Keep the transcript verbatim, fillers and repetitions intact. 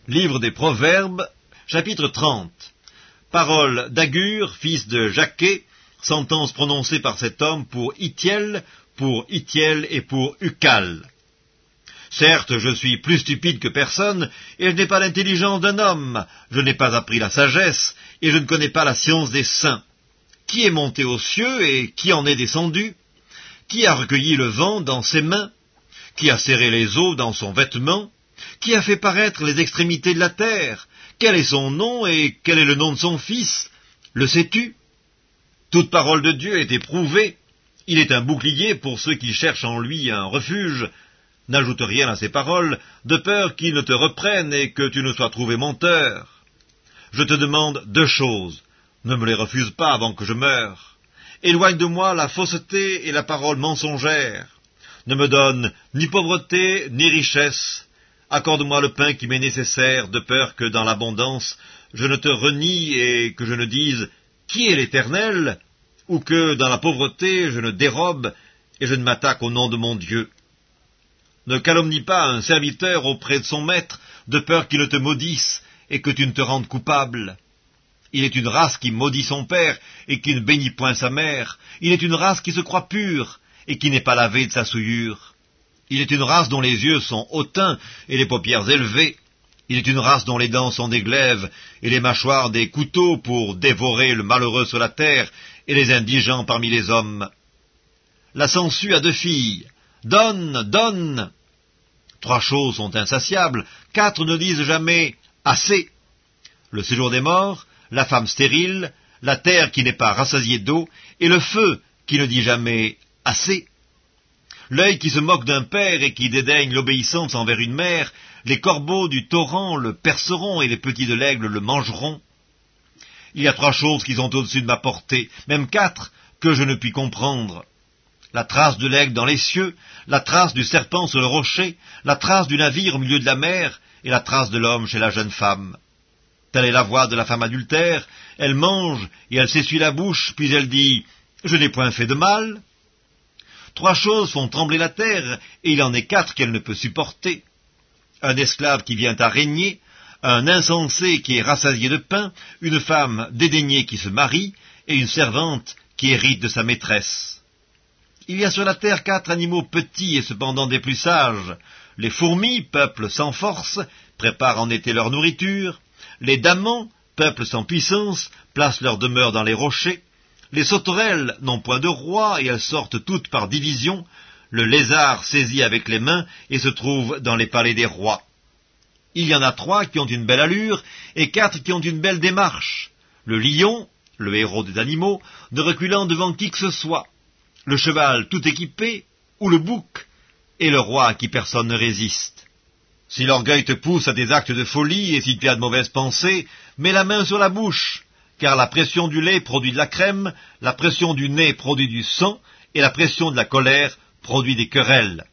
Livre des Proverbes, chapitre trente. Parole d'Agur, fils de Jaquet, sentence prononcée par cet homme pour Ithiel, pour Ithiel et pour Ucal. Certes, je suis plus stupide que personne, et je n'ai pas l'intelligence d'un homme, je n'ai pas appris la sagesse, et je ne connais pas la science des saints. Qui est monté aux cieux, et qui en est descendu? Qui a recueilli le vent dans ses mains? Qui a serré les eaux dans son vêtement? Qui a fait paraître les extrémités de la terre? Quel est son nom, et quel est le nom de son fils? Le sais-tu? Toute parole de Dieu est éprouvée. Il est un bouclier pour ceux qui cherchent en lui un refuge. N'ajoute rien à ces paroles, de peur qu'il ne te reprenne et que tu ne sois trouvé menteur. Je te demande deux choses. Ne me les refuse pas avant que je meure. Éloigne de moi la fausseté et la parole mensongère. Ne me donne ni pauvreté ni richesse. Accorde-moi le pain qui m'est nécessaire, de peur que dans l'abondance je ne te renie et que je ne dise « Qui est l'Éternel ?» ou que dans la pauvreté je ne dérobe et je ne m'attaque au nom de mon Dieu. Ne calomnie pas un serviteur auprès de son maître, de peur qu'il ne te maudisse et que tu ne te rendes coupable. Il est une race qui maudit son père et qui ne bénit point sa mère. Il est une race qui se croit pure et qui n'est pas lavée de sa souillure. Il est une race dont les yeux sont hautains et les paupières élevées. Il est une race dont les dents sont des glaives et les mâchoires des couteaux pour dévorer le malheureux sur la terre et les indigents parmi les hommes. La sangsue a deux filles. Donne, donne. Trois choses sont insatiables, quatre ne disent jamais « assez ». Le séjour des morts, la femme stérile, la terre qui n'est pas rassasiée d'eau, et le feu qui ne dit jamais « assez ». L'œil qui se moque d'un père et qui dédaigne l'obéissance envers une mère, les corbeaux du torrent le perceront et les petits de l'aigle le mangeront. Il y a trois choses qui sont au-dessus de ma portée, même quatre, que je ne puis comprendre. La trace de l'aigle dans les cieux, la trace du serpent sur le rocher, la trace du navire au milieu de la mer, et la trace de l'homme chez la jeune femme. Telle est la voix de la femme adultère, elle mange et elle s'essuie la bouche, puis elle dit « Je n'ai point fait de mal ». Trois choses font trembler la terre, et il en est quatre qu'elle ne peut supporter. Un esclave qui vient à régner, un insensé qui est rassasié de pain, une femme dédaignée qui se marie, et une servante qui hérite de sa maîtresse. Il y a sur la terre quatre animaux petits et cependant des plus sages. Les fourmis, peuple sans force, préparent en été leur nourriture. Les damans, peuple sans puissance, placent leur demeure dans les rochers. Les sauterelles n'ont point de roi et elles sortent toutes par division. Le lézard saisit avec les mains et se trouve dans les palais des rois. Il y en a trois qui ont une belle allure et quatre qui ont une belle démarche. Le lion, le héros des animaux, ne reculant devant qui que ce soit. Le cheval tout équipé, ou le bouc, et le roi à qui personne ne résiste. Si l'orgueil te pousse à des actes de folie et si tu as de mauvaises pensées, mets la main sur la bouche, car la pression du lait produit de la crème, la pression du nez produit du sang, et la pression de la colère produit des querelles.